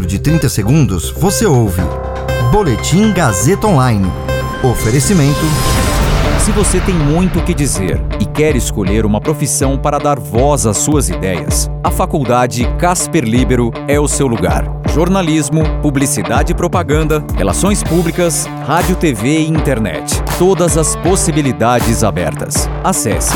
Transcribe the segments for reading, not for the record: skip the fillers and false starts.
de 30 segundos, você ouve Boletim Gazeta Online. Oferecimento. Se você tem muito o que dizer e quer escolher uma profissão para dar voz às suas ideias, a Faculdade Casper Líbero é o seu lugar. Jornalismo, publicidade e propaganda, relações públicas, rádio, TV e internet. Todas as possibilidades abertas. Acesse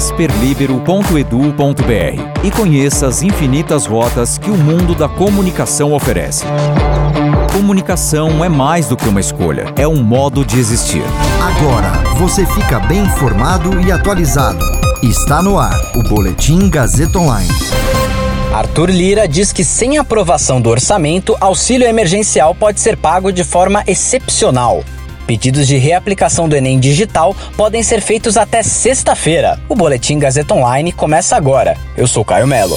casperlibero.edu.br e conheça as infinitas rotas que o mundo da comunicação oferece. Comunicação é mais do que uma escolha, é um modo de existir. Agora você fica bem informado e atualizado. Está no ar o Boletim Gazeta Online. Arthur Lira diz que sem aprovação do orçamento, auxílio emergencial pode ser pago de forma excepcional. Pedidos de reaplicação do Enem digital podem ser feitos até sexta-feira. O Boletim Gazeta Online começa agora. Eu sou Caio Melo.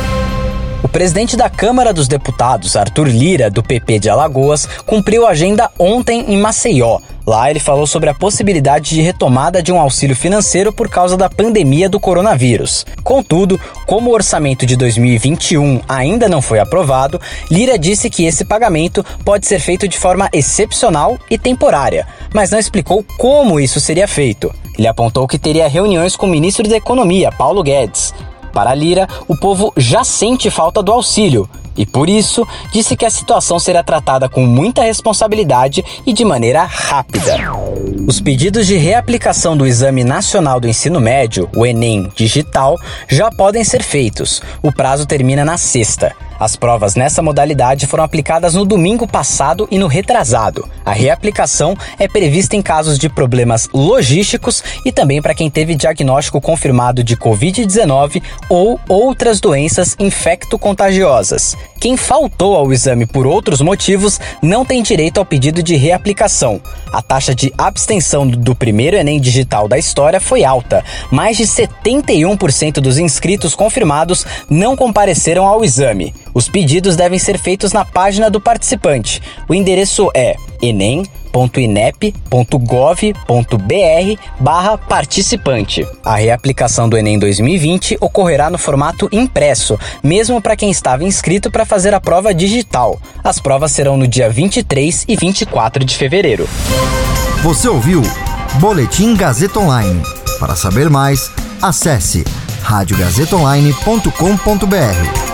O presidente da Câmara dos Deputados, Arthur Lira, do PP de Alagoas, cumpriu a agenda ontem em Maceió. Lá ele falou sobre a possibilidade de retomada de um auxílio financeiro por causa da pandemia do coronavírus. Contudo, como o orçamento de 2021 ainda não foi aprovado, Lira disse que esse pagamento pode ser feito de forma excepcional e temporária, mas não explicou como isso seria feito. Ele apontou que teria reuniões com o ministro da Economia, Paulo Guedes. Para Lira, o povo já sente falta do auxílio e, por isso, disse que a situação será tratada com muita responsabilidade e de maneira rápida. Os pedidos de reaplicação do Exame Nacional do Ensino Médio, o Enem digital, já podem ser feitos. O prazo termina na sexta. As provas nessa modalidade foram aplicadas no domingo passado e no retrasado. A reaplicação é prevista em casos de problemas logísticos e também para quem teve diagnóstico confirmado de Covid-19 ou outras doenças infecto-contagiosas. Quem faltou ao exame por outros motivos não tem direito ao pedido de reaplicação. A taxa de abstenção do primeiro Enem digital da história foi alta. Mais de 71% dos inscritos confirmados não compareceram ao exame. Os pedidos devem ser feitos na página do participante. O endereço é enem.inep.gov.br/participante. A reaplicação do Enem 2020 ocorrerá no formato impresso, mesmo para quem estava inscrito para fazer a prova digital. As provas serão no dia 23 e 24 de fevereiro. Você ouviu Boletim Gazeta Online. Para saber mais, acesse radiogazetaonline.com.br.